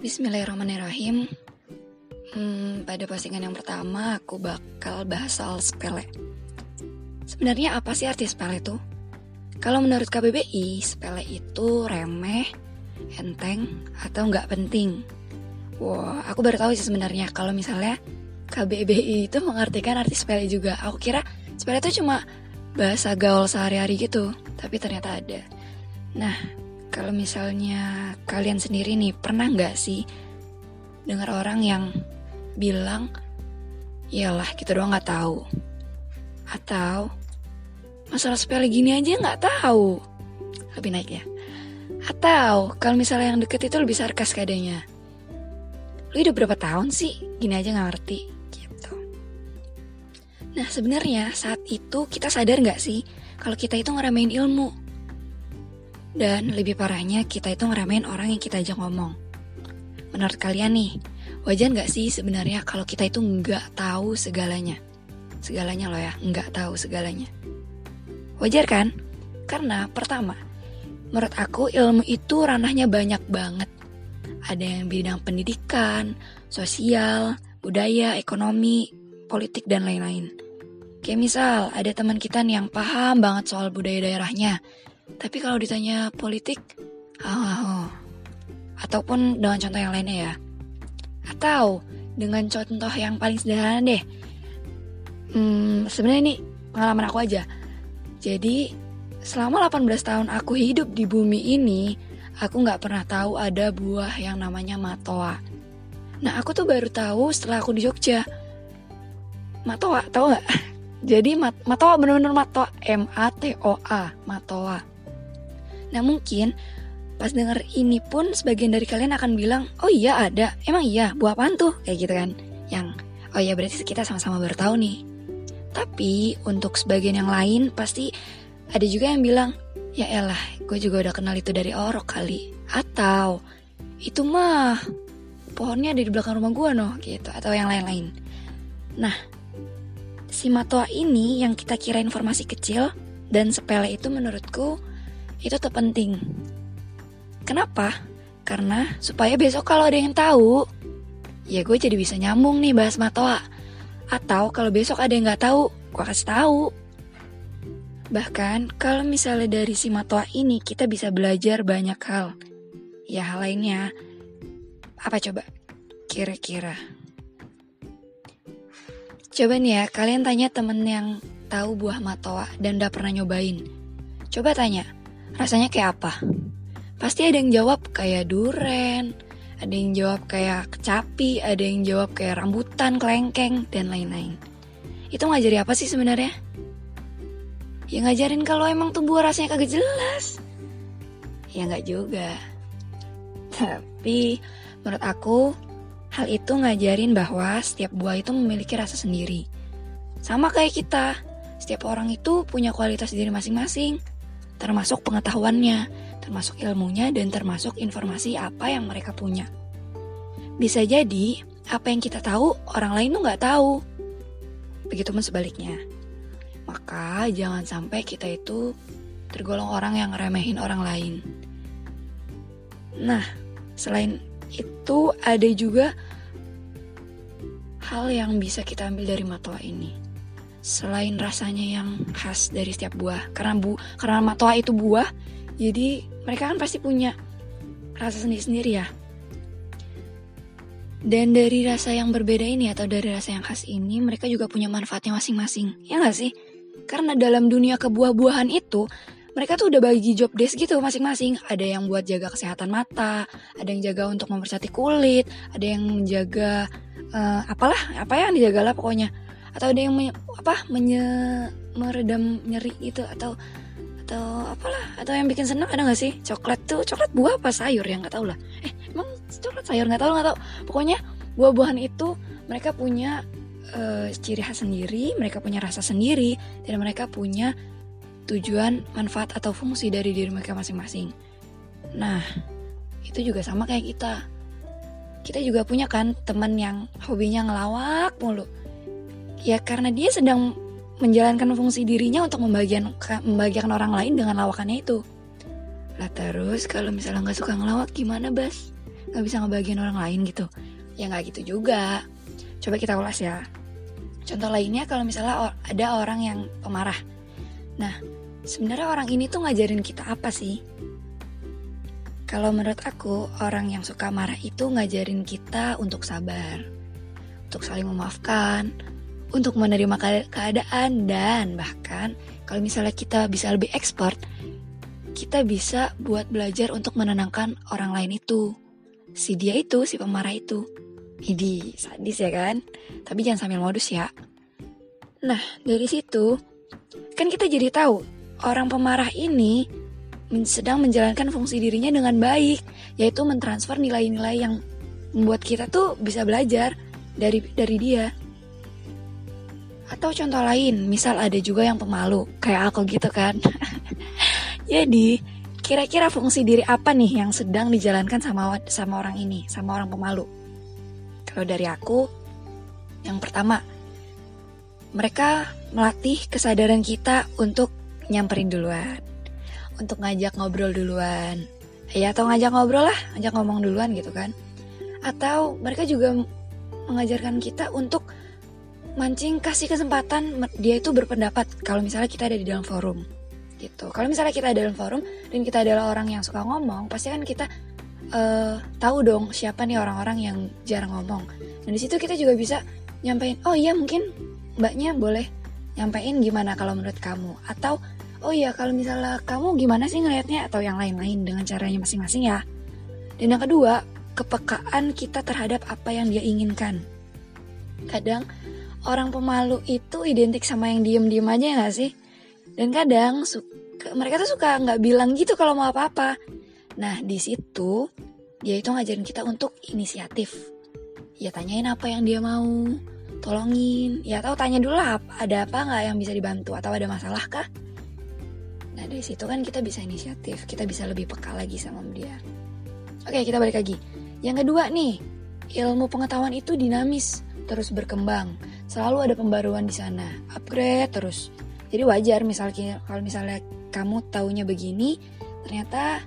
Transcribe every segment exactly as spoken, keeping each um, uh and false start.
Bismillahirrahmanirrahim. Hmm, pada postingan yang pertama aku bakal bahas soal sepele. Sebenarnya apa sih arti sepele itu? Kalau menurut K B B I, sepele itu remeh, enteng, atau nggak penting. Wah, aku baru tahu sih sebenarnya kalau misalnya K B B I itu mengartikan arti sepele juga. Aku kira sepele itu cuma bahasa gaul sehari-hari gitu, tapi ternyata ada. Nah, kalau misalnya kalian sendiri nih, pernah nggak sih dengar orang yang bilang, iyalah kita doang nggak tahu, atau masalah sepele gini aja nggak tahu, lebih naik ya, atau kalau misalnya yang deket itu lebih sarkas kadanya, lu udah berapa tahun sih gini aja nggak ngerti gitu. Nah sebenarnya saat itu kita sadar nggak sih kalau kita itu ngeremehin ilmu? Dan lebih parahnya kita itu ngeremehin orang yang kita ajak ngomong. Menurut kalian nih, wajar gak sih sebenarnya kalau kita itu gak tahu segalanya? Segalanya loh ya, gak tahu segalanya. Wajar kan? Karena pertama, menurut aku ilmu itu ranahnya banyak banget. Ada yang bidang pendidikan, sosial, budaya, ekonomi, politik, dan lain-lain. Kayak misal, ada teman kita nih yang paham banget soal budaya daerahnya, tapi kalau ditanya politik, oh, oh. Ataupun dengan contoh yang lainnya ya. Atau dengan contoh yang paling sederhana deh. Hmm, sebenarnya ini pengalaman aku aja. Jadi selama delapan belas tahun aku hidup di bumi ini, aku gak pernah tahu ada buah yang namanya matoa. Nah aku tuh baru tahu setelah aku di Jogja. Matoa, tahu gak? Jadi mat- matoa bener-bener matoa, M A T O A, matoa. Nah mungkin pas denger ini pun sebagian dari kalian akan bilang, oh iya ada, emang iya, buah apaan tuh? Kayak gitu kan. Yang, oh iya berarti kita sama-sama baru tahu nih. Tapi untuk sebagian yang lain pasti ada juga yang bilang, ya elah, gue juga udah kenal itu dari orok kali. Atau, itu mah pohonnya ada di belakang rumah gue noh, gitu. Atau yang lain-lain. Nah, si matoa ini yang kita kira informasi kecil dan sepele itu menurutku itu tuh penting. Kenapa? Karena supaya besok kalau ada yang tahu, ya gue jadi bisa nyambung nih bahas matoa. Atau kalau besok ada yang gak tahu, gue kasih tahu. Bahkan kalau misalnya dari si matoa ini kita bisa belajar banyak hal. Ya hal lainnya, apa coba? Kira-kira. Coba nih ya, kalian tanya temen yang tahu buah matoa dan udah pernah nyobain. Coba tanya, rasanya kayak apa? Pasti ada yang jawab kayak duren, ada yang jawab kayak kecapi, ada yang jawab kayak rambutan, kelengkeng, dan lain-lain. Itu ngajari apa sih sebenarnya? Ya ngajarin kalau emang tuh buah rasanya kagak jelas. Ya nggak juga. Tapi menurut aku, hal itu ngajarin bahwa setiap buah itu memiliki rasa sendiri. Sama kayak kita, setiap orang itu punya kualitas diri masing-masing. Termasuk pengetahuannya, termasuk ilmunya, dan termasuk informasi apa yang mereka punya. Bisa jadi, apa yang kita tahu, orang lain tuh gak tahu. Begitupun sebaliknya. Maka jangan sampai kita itu tergolong orang yang ngeremehin orang lain. Nah, selain itu ada juga hal yang bisa kita ambil dari matoa ini. Selain rasanya yang khas dari setiap buah, karena bu, karena matoa itu buah, jadi mereka kan pasti punya rasa sendiri-sendiri ya. Dan dari rasa yang berbeda ini atau dari rasa yang khas ini, mereka juga punya manfaatnya masing-masing, ya nggak sih? Karena dalam dunia kebuah-buahan itu, mereka tuh udah bagi job desk gitu masing-masing. Ada yang buat jaga kesehatan mata, ada yang jaga untuk mempersati kulit, ada yang menjaga uh, apalah, apa yang dijaga lah pokoknya. Atau ada yang menye, apa menye, meredam nyeri gitu, atau atau apalah, atau yang bikin senang ada nggak sih? Coklat tuh, coklat buah apa sayur ya nggak tahu lah. Eh emang coklat sayur nggak tahu nggak tahu. Pokoknya buah-buahan itu mereka punya uh, ciri khas sendiri, mereka punya rasa sendiri, dan mereka punya tujuan, manfaat atau fungsi dari diri mereka masing-masing. Nah itu juga sama kayak kita. Kita juga punya kan teman yang hobinya ngelawak mulu. Ya karena dia sedang menjalankan fungsi dirinya untuk membagian, membagiakan orang lain dengan lawakannya itu. Lah terus kalau misalnya gak suka ngelawak gimana Bas? gak bisa ngebahagiain orang lain gitu? Ya gak gitu juga. Coba kita ulas ya. Contoh lainnya kalau misalnya ada orang yang pemarah. Nah, sebenarnya orang ini tuh ngajarin kita apa sih? Kalau menurut aku, orang yang suka marah itu ngajarin kita untuk sabar, untuk saling memaafkan, untuk menerima keadaan, dan bahkan kalau misalnya kita bisa lebih expert, kita bisa buat belajar untuk menenangkan orang lain itu. Si dia itu, si pemarah itu. Idi, sadis ya kan? Tapi jangan sambil modus ya. Nah, dari situ kan kita jadi tahu orang pemarah ini sedang menjalankan fungsi dirinya dengan baik, yaitu mentransfer nilai-nilai yang membuat kita tuh bisa belajar dari dari dia. Atau contoh lain, misal ada juga yang pemalu, kayak aku gitu kan. Jadi, kira-kira fungsi diri apa nih yang sedang dijalankan sama sama orang ini, sama orang pemalu? Kalau dari aku, yang pertama, mereka melatih kesadaran kita untuk nyamperin duluan, untuk ngajak ngobrol duluan, ya atau ngajak ngobrol lah, ngajak ngomong duluan gitu kan. Atau mereka juga mengajarkan kita untuk mancing, kasih kesempatan dia itu berpendapat kalau misalnya kita ada di dalam forum gitu. Kalau misalnya kita ada dalam forum dan kita adalah orang yang suka ngomong, pasti kan kita uh, tahu dong siapa nih orang-orang yang jarang ngomong. Dan di situ kita juga bisa nyampein, oh iya mungkin mbaknya boleh nyampein gimana kalau menurut kamu, atau oh iya kalau misalnya kamu gimana sih ngelihatnya, atau yang lain-lain dengan caranya masing-masing ya. Dan yang kedua, kepekaan kita terhadap apa yang dia inginkan. Kadang orang pemalu itu identik sama yang diem-diem aja ya gak sih? Dan kadang suka, mereka tuh suka nggak bilang gitu kalau mau apa-apa. Nah di situ dia itu ngajarin kita untuk inisiatif. Ya tanyain apa yang dia mau, tolongin. Ya atau tanya dulu lah ada apa nggak yang bisa dibantu, atau ada masalah kah? Nah dari situ kan kita bisa inisiatif, kita bisa lebih peka lagi sama dia. Oke, kita balik lagi. Yang kedua nih, ilmu pengetahuan itu dinamis, terus berkembang. Selalu ada pembaruan di sana, upgrade terus. Jadi wajar misalnya kalau misalnya kamu taunya begini, ternyata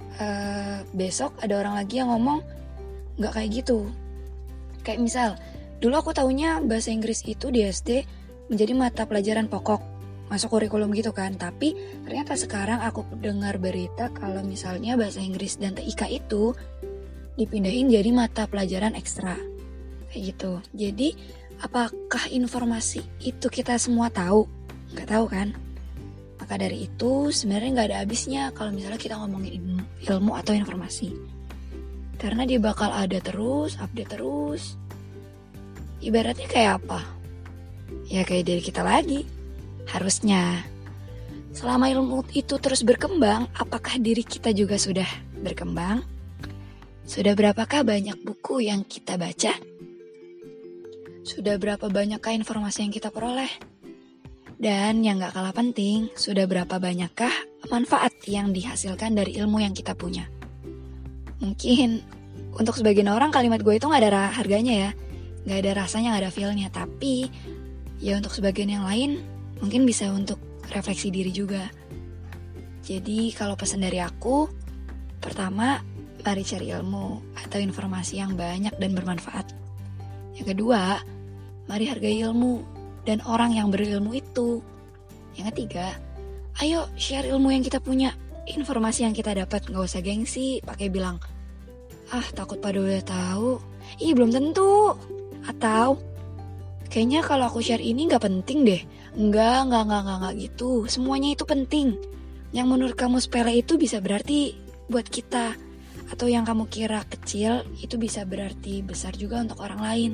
uh, besok ada orang lagi yang ngomong nggak kayak gitu. Kayak misal, dulu aku taunya bahasa Inggris itu di S D menjadi mata pelajaran pokok, masuk kurikulum gitu kan. Tapi ternyata sekarang aku dengar berita kalau misalnya bahasa Inggris dan T I K itu dipindahin jadi mata pelajaran ekstra. Kayak gitu. Jadi apakah informasi itu kita semua tahu? Gak tahu kan? Maka dari itu sebenarnya gak ada habisnya kalau misalnya kita ngomongin ilmu, ilmu atau informasi. Karena dia bakal ada terus, update terus. Ibaratnya kayak apa? Ya kayak diri kita lagi. Harusnya. Selama ilmu itu terus berkembang, apakah diri kita juga sudah berkembang? Sudah berapakah banyak buku yang kita baca? Sudah berapa banyakkah informasi yang kita peroleh? Dan yang gak kalah penting, sudah berapa banyakkah manfaat yang dihasilkan dari ilmu yang kita punya? Mungkin untuk sebagian orang kalimat gue itu gak ada harganya ya, gak ada rasanya, gak ada feel-nya. Tapi ya untuk sebagian yang lain mungkin bisa untuk refleksi diri juga. Jadi kalau pesan dari aku, pertama, mari cari ilmu atau informasi yang banyak dan bermanfaat. Yang kedua, mari hargai ilmu dan orang yang berilmu itu. Yang ketiga, ayo share ilmu yang kita punya, informasi yang kita dapat. Gak usah gengsi, pakai bilang, ah takut pada udah tahu. Ih belum tentu. Atau kayaknya kalau aku share ini gak penting deh. Enggak, enggak, enggak, enggak, enggak gitu. Semuanya itu penting. Yang menurut kamu sepele itu bisa berarti buat kita. Atau yang kamu kira kecil itu bisa berarti besar juga untuk orang lain.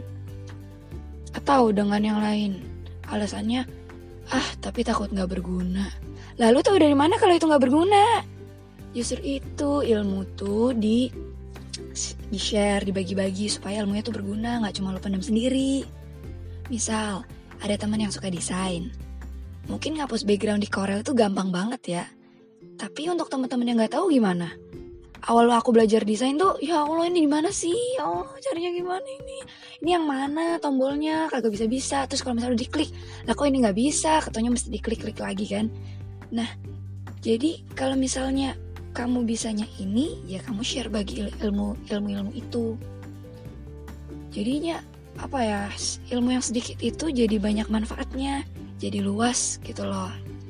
Atau dengan yang lain, alasannya, ah tapi takut gak berguna. Lalu tahu dari mana kalau itu gak berguna? Justru itu ilmu tuh di di share, dibagi-bagi supaya ilmunya tuh berguna, gak cuma lo pendam sendiri. Misal, ada teman yang suka desain. Mungkin ngapus background di Corel itu gampang banget ya. Tapi untuk teman-teman yang gak tahu gimana? Awal aku belajar desain tuh, ya Allah ini gimana sih? Ya Allah caranya gimana ini? Ini yang mana tombolnya? Kagak bisa-bisa. Terus kalau misalnya udah diklik, lah kok ini gak bisa? Katanya mesti diklik-klik lagi kan? Nah, jadi kalau misalnya kamu bisanya ini, ya kamu share bagi ilmu ilmu-ilmu itu. Jadinya apa ya, ilmu yang sedikit itu jadi banyak manfaatnya, jadi luas gitu loh.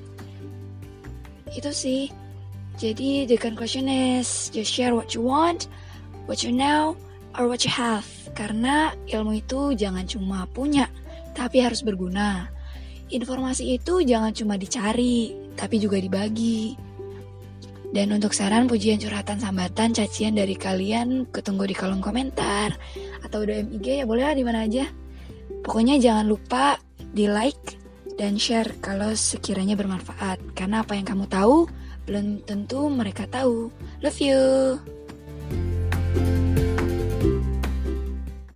Itu sih. Jadi the conclusion is just share what you want, what you know, or what you have. Karena ilmu itu jangan cuma punya, tapi harus berguna. Informasi itu jangan cuma dicari, tapi juga dibagi. Dan untuk saran, pujian, curhatan, sambatan, cacian dari kalian, ketunggu di kolom komentar atau D M I G ya boleh lah di mana aja. Pokoknya jangan lupa di like dan share kalau sekiranya bermanfaat. Karena apa yang kamu tahu belum tentu mereka tahu. Love you.